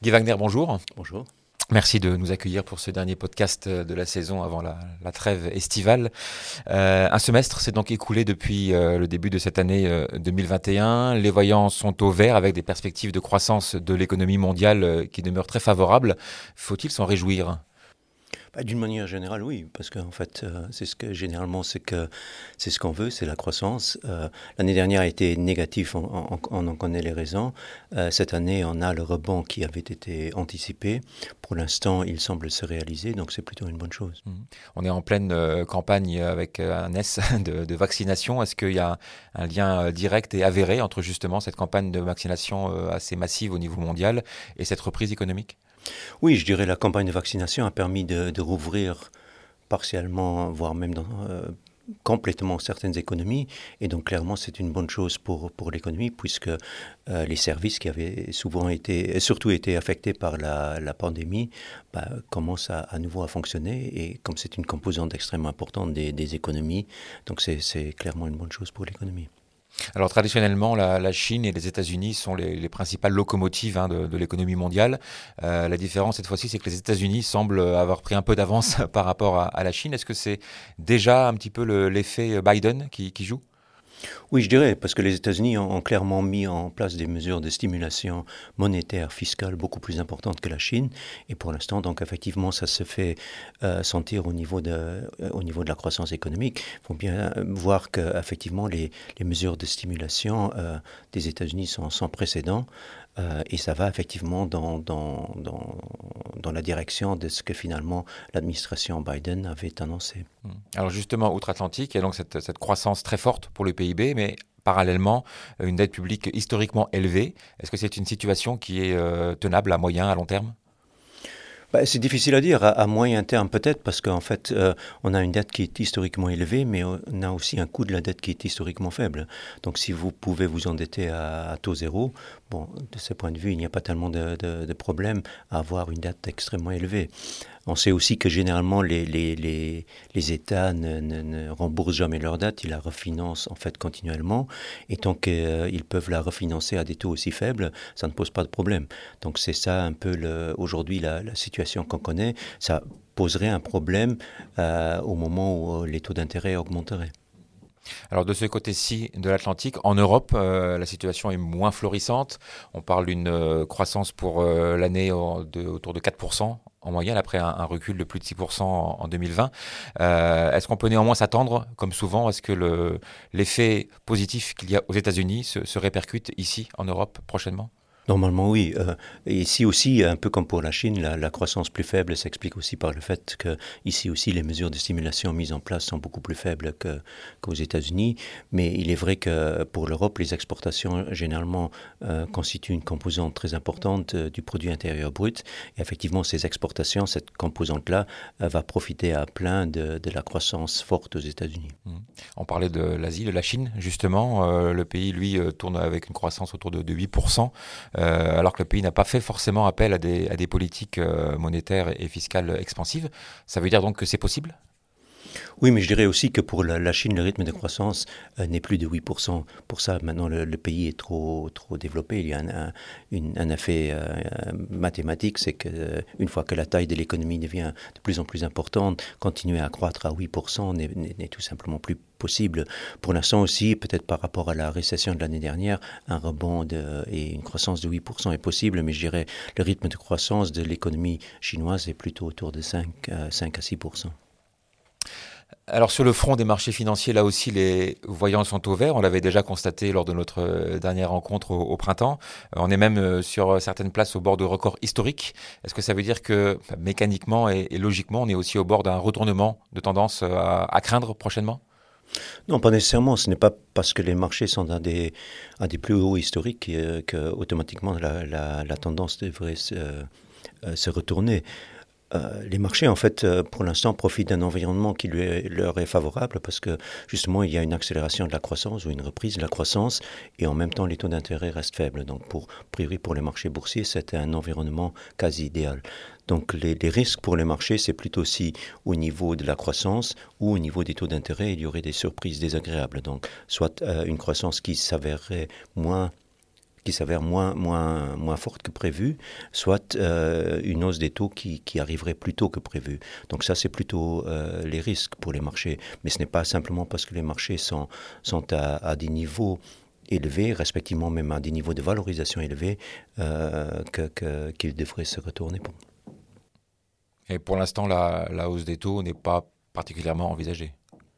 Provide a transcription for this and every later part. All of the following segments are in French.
Guy Wagner, bonjour. Bonjour. Merci de nous accueillir pour ce dernier podcast de la saison avant la trêve estivale. Un semestre s'est donc écoulé depuis le début de cette année 2021. Les voyants sont au vert avec des perspectives de croissance de l'économie mondiale qui demeurent très favorables. Faut-il s'en réjouir ? D'une manière générale, oui, parce qu'en fait, c'est ce qu'on veut, c'est la croissance. L'année dernière a été négative, on en connaît les raisons. Cette année, on a le rebond qui avait été anticipé. Pour l'instant, il semble se réaliser, donc c'est plutôt une bonne chose. On est en pleine campagne avec un S de vaccination. Est-ce qu'il y a un lien direct et avéré entre justement cette campagne de vaccination assez massive au niveau mondial et cette reprise économique ? Oui, je dirais la campagne de vaccination a permis de rouvrir partiellement, voire même complètement certaines économies. Et donc clairement, c'est une bonne chose pour l'économie, puisque les services qui avaient surtout été affectés par la pandémie commencent à nouveau à fonctionner. Et comme c'est une composante extrêmement importante des économies, donc c'est clairement une bonne chose pour l'économie. Alors traditionnellement, la Chine et les États-Unis sont les principales locomotives de l'économie mondiale. La différence cette fois-ci, c'est que les États-Unis semblent avoir pris un peu d'avance par rapport à la Chine. Est-ce que c'est déjà un petit peu l'effet Biden qui joue ? Oui, je dirais, parce que les États-Unis ont clairement mis en place des mesures de stimulation monétaire, fiscale beaucoup plus importantes que la Chine. Et pour l'instant, donc effectivement, ça se fait sentir au niveau de la croissance économique. Il faut bien voir qu'effectivement, les mesures de stimulation des États-Unis sont sans précédent. Et ça va effectivement dans la direction de ce que finalement l'administration Biden avait annoncé. Alors justement, outre-Atlantique, il y a donc cette croissance très forte pour le PIB, mais parallèlement, une dette publique historiquement élevée. Est-ce que c'est une situation qui est tenable à moyen, à long terme ? C'est difficile à dire, à moyen terme peut-être, parce qu'en fait, on a une dette qui est historiquement élevée, mais on a aussi un coût de la dette qui est historiquement faible. Donc si vous pouvez vous endetter à taux zéro, de ce point de vue, il n'y a pas tellement de problème à avoir une dette extrêmement élevée. On sait aussi que généralement, les États ne remboursent jamais leur dette, ils la refinancent en fait continuellement. Et tant qu'ils peuvent la refinancer à des taux aussi faibles, ça ne pose pas de problème. Donc c'est ça un peu aujourd'hui la situation qu'on connaît. Ça poserait un problème au moment où les taux d'intérêt augmenteraient. Alors de ce côté-ci de l'Atlantique, en Europe, la situation est moins florissante. On parle d'une croissance pour l'année autour de 4% en moyenne, après un recul de plus de 6% en 2020. Est-ce qu'on peut néanmoins s'attendre, comme souvent, à ce que l'effet positif qu'il y a aux États-Unis se répercute ici, en Europe, prochainement ? Normalement, oui. Et ici aussi, un peu comme pour la Chine, la croissance plus faible s'explique aussi par le fait que ici aussi, les mesures de stimulation mises en place sont beaucoup plus faibles qu'aux États-Unis. Mais il est vrai que pour l'Europe, les exportations généralement constituent une composante très importante du produit intérieur brut. Et effectivement, ces exportations, cette composante-là, va profiter à plein de la croissance forte aux États-Unis. On parlait de l'Asie, de la Chine, justement. Le pays, lui, tourne avec une croissance autour de 8%. Alors que le pays n'a pas fait forcément appel à des politiques monétaires et fiscales expansives. Ça veut dire donc que c'est possible ? Oui, mais je dirais aussi que pour la Chine, le rythme de croissance n'est plus de 8%. Pour ça, maintenant, le pays est trop développé. Il y a un effet mathématique, c'est qu'une fois que la taille de l'économie devient de plus en plus importante, continuer à croître à 8% n'est tout simplement plus possible. Pour l'instant aussi, peut-être par rapport à la récession de l'année dernière, un rebond et une croissance de 8% est possible, mais je dirais le rythme de croissance de l'économie chinoise est plutôt autour de 5 à 6%. Alors sur le front des marchés financiers, là aussi, les voyants sont au vert. On l'avait déjà constaté lors de notre dernière rencontre au printemps. On est même sur certaines places au bord de records historiques. Est-ce que ça veut dire que mécaniquement et logiquement, on est aussi au bord d'un retournement de tendance à craindre prochainement ? Non, pas nécessairement. Ce n'est pas parce que les marchés sont à des plus hauts historiques que automatiquement la tendance devrait se retourner. Les marchés, en fait, pour l'instant, profitent d'un environnement qui leur est favorable parce que, justement, il y a une accélération de la croissance ou une reprise de la croissance et en même temps, les taux d'intérêt restent faibles. Donc, a priori, pour les marchés boursiers, c'était un environnement quasi idéal. Donc, les risques pour les marchés, c'est plutôt si au niveau de la croissance ou au niveau des taux d'intérêt, il y aurait des surprises désagréables. Donc, soit une croissance qui s'avérerait moins qui s'avère moins forte que prévu, soit une hausse des taux qui arriverait plus tôt que prévu. Donc ça, c'est plutôt les risques pour les marchés. Mais ce n'est pas simplement parce que les marchés sont à des niveaux élevés, respectivement même à des niveaux de valorisation élevés, qu'ils devraient se retourner. Bon. Et pour l'instant, la hausse des taux n'est pas particulièrement envisagée.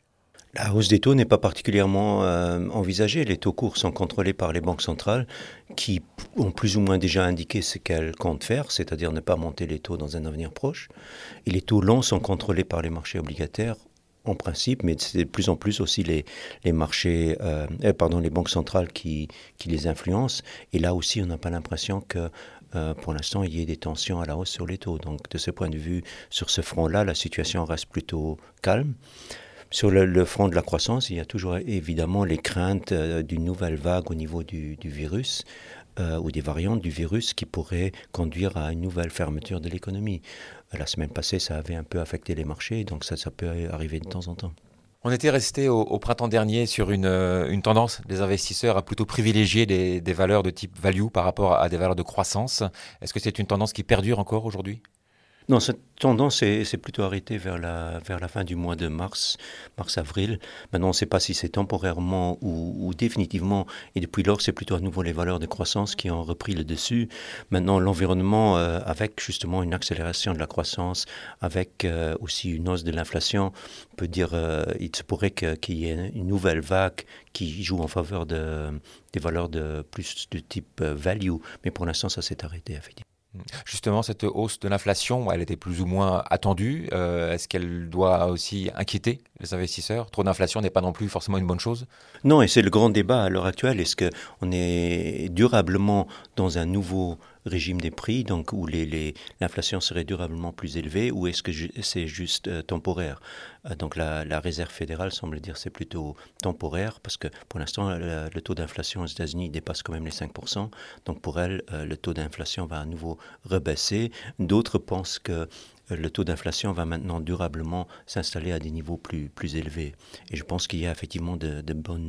La hausse des taux n'est pas particulièrement envisagée. Les taux courts sont contrôlés par les banques centrales qui ont plus ou moins déjà indiqué ce qu'elles comptent faire, c'est-à-dire ne pas monter les taux dans un avenir proche. Et les taux longs sont contrôlés par les marchés obligataires en principe, mais c'est de plus en plus aussi les marchés, les banques centrales qui les influencent. Et là aussi, on n'a pas l'impression que pour l'instant, il y ait des tensions à la hausse sur les taux. Donc, de ce point de vue, sur ce front-là, la situation reste plutôt calme. Sur le front de la croissance, il y a toujours évidemment les craintes d'une nouvelle vague au niveau du virus ou des variantes du virus qui pourraient conduire à une nouvelle fermeture de l'économie. La semaine passée, ça avait un peu affecté les marchés, donc ça peut arriver de temps en temps. On était resté au printemps dernier sur une tendance des investisseurs à plutôt privilégier des valeurs de type value par rapport à des valeurs de croissance. Est-ce que c'est une tendance qui perdure encore aujourd'hui ? Non, cette tendance s'est plutôt arrêtée vers la fin du mois de mars-avril. Maintenant, on ne sait pas si c'est temporairement ou définitivement. Et depuis lors, c'est plutôt à nouveau les valeurs de croissance qui ont repris le dessus. Maintenant, l'environnement, avec justement une accélération de la croissance, avec aussi une hausse de l'inflation, on peut dire il se pourrait qu'il y ait une nouvelle vague qui joue en faveur des valeurs de plus de type value. Mais pour l'instant, ça s'est arrêté, effectivement. Justement, cette hausse de l'inflation, elle était plus ou moins attendue. Est-ce qu'elle doit aussi inquiéter les investisseurs ? Trop d'inflation n'est pas non plus forcément une bonne chose ? Non, et c'est le grand débat à l'heure actuelle. Est-ce qu'on est durablement dans un nouveau régime des prix, donc où l'inflation serait durablement plus élevée, ou est-ce que c'est juste temporaire ? Donc la Réserve fédérale semble dire que c'est plutôt temporaire, parce que pour l'instant, le taux d'inflation aux États-Unis dépasse quand même les 5%. Donc pour elle, le taux d'inflation va à nouveau rebaisser. D'autres pensent que le taux d'inflation va maintenant durablement s'installer à des niveaux plus élevés. Et je pense qu'il y a effectivement de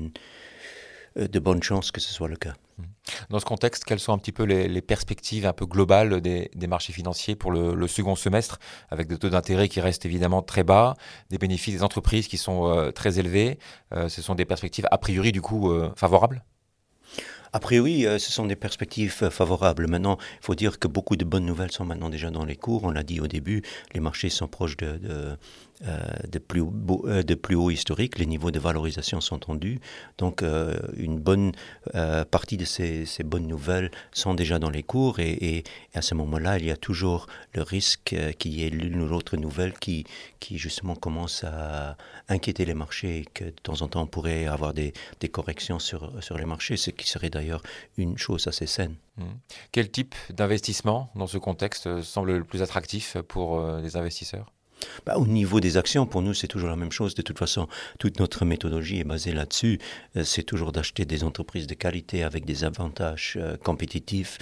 bonnes chances que ce soit le cas. Dans ce contexte, quelles sont un petit peu les perspectives un peu globales des marchés financiers pour le second semestre, avec des taux d'intérêt qui restent évidemment très bas, des bénéfices des entreprises qui sont très élevés. Ce sont des perspectives a priori du coup favorables ? A priori, ce sont des perspectives favorables. Maintenant, il faut dire que beaucoup de bonnes nouvelles sont maintenant déjà dans les cours. On l'a dit au début, les marchés sont proches de plus haut historique. Les niveaux de valorisation sont tendus. Donc, une bonne partie de ces bonnes nouvelles sont déjà dans les cours. Et à ce moment-là, il y a toujours le risque qu'il y ait l'une ou l'autre nouvelle qui justement commence à inquiéter les marchés et que de temps en temps, on pourrait avoir des corrections sur les marchés, ce qui serait d'ailleurs une chose assez saine. Quel type d'investissement dans ce contexte semble le plus attractif pour les investisseurs ? Au niveau des actions, pour nous, c'est toujours la même chose. De toute façon, toute notre méthodologie est basée là-dessus. C'est toujours d'acheter des entreprises de qualité avec des avantages compétitifs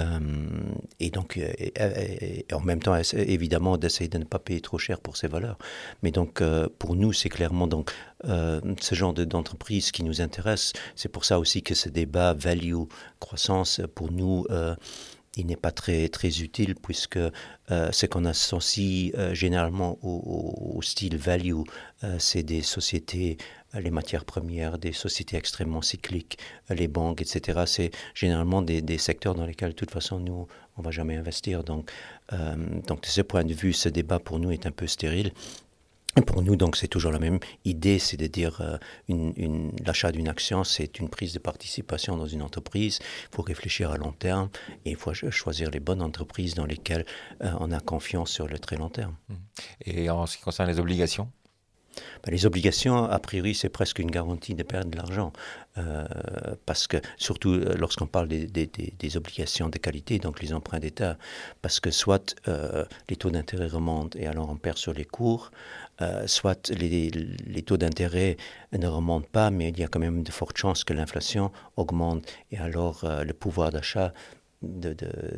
et donc en même temps, évidemment, d'essayer de ne pas payer trop cher pour ces valeurs. Mais donc, pour nous, c'est clairement donc ce genre d'entreprise qui nous intéresse. C'est pour ça aussi que ce débat value, croissance, pour nous, il n'est pas très utile puisque ce qu'on associe généralement au style value, c'est des sociétés, les matières premières, des sociétés extrêmement cycliques, les banques, etc. C'est généralement des secteurs dans lesquels, de toute façon, nous, on ne va jamais investir. Donc, de ce point de vue, ce débat pour nous est un peu stérile. Et pour nous, donc, c'est toujours la même idée, c'est de dire l'achat d'une action, c'est une prise de participation dans une entreprise. Il faut réfléchir à long terme et il faut choisir les bonnes entreprises dans lesquelles on a confiance sur le très long terme. Et en ce qui concerne les obligations ? Les obligations, a priori, c'est presque une garantie de perdre de l'argent. Parce que, surtout lorsqu'on parle des obligations de qualité, donc les emprunts d'État, parce que soit les taux d'intérêt remontent et alors on perd sur les cours, soit les taux d'intérêt ne remontent pas, mais il y a quand même de fortes chances que l'inflation augmente et alors le pouvoir d'achat de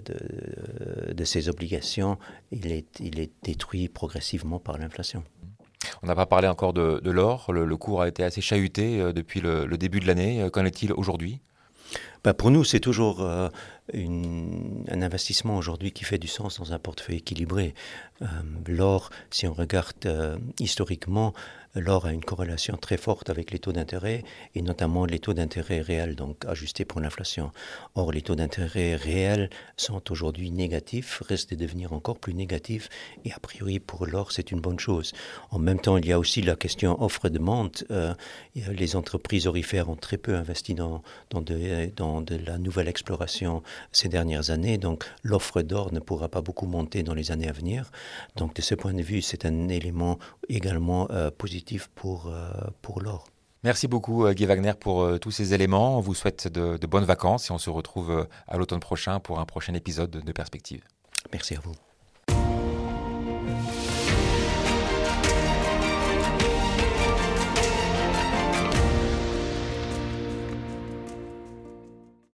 ces obligations, il est détruit progressivement par l'inflation. On n'a pas parlé encore de l'or. Le cours a été assez chahuté depuis le début de l'année. Qu'en est-il aujourd'hui ? Pour nous, c'est toujours un investissement aujourd'hui qui fait du sens dans un portefeuille équilibré. L'or, si on regarde historiquement, l'or a une corrélation très forte avec les taux d'intérêt et notamment les taux d'intérêt réels, donc ajustés pour l'inflation. Or, les taux d'intérêt réels sont aujourd'hui négatifs, risquent de devenir encore plus négatifs et a priori pour l'or, c'est une bonne chose. En même temps, il y a aussi la question offre-demande. Les entreprises aurifères ont très peu investi dans de la nouvelle exploration ces dernières années, donc l'offre d'or ne pourra pas beaucoup monter dans les années à venir. Donc de ce point de vue, c'est un élément également positif pour l'or. Merci beaucoup Guy Wagner pour tous ces éléments. On vous souhaite de bonnes vacances et on se retrouve à l'automne prochain pour un prochain épisode de Perspective. Merci à vous.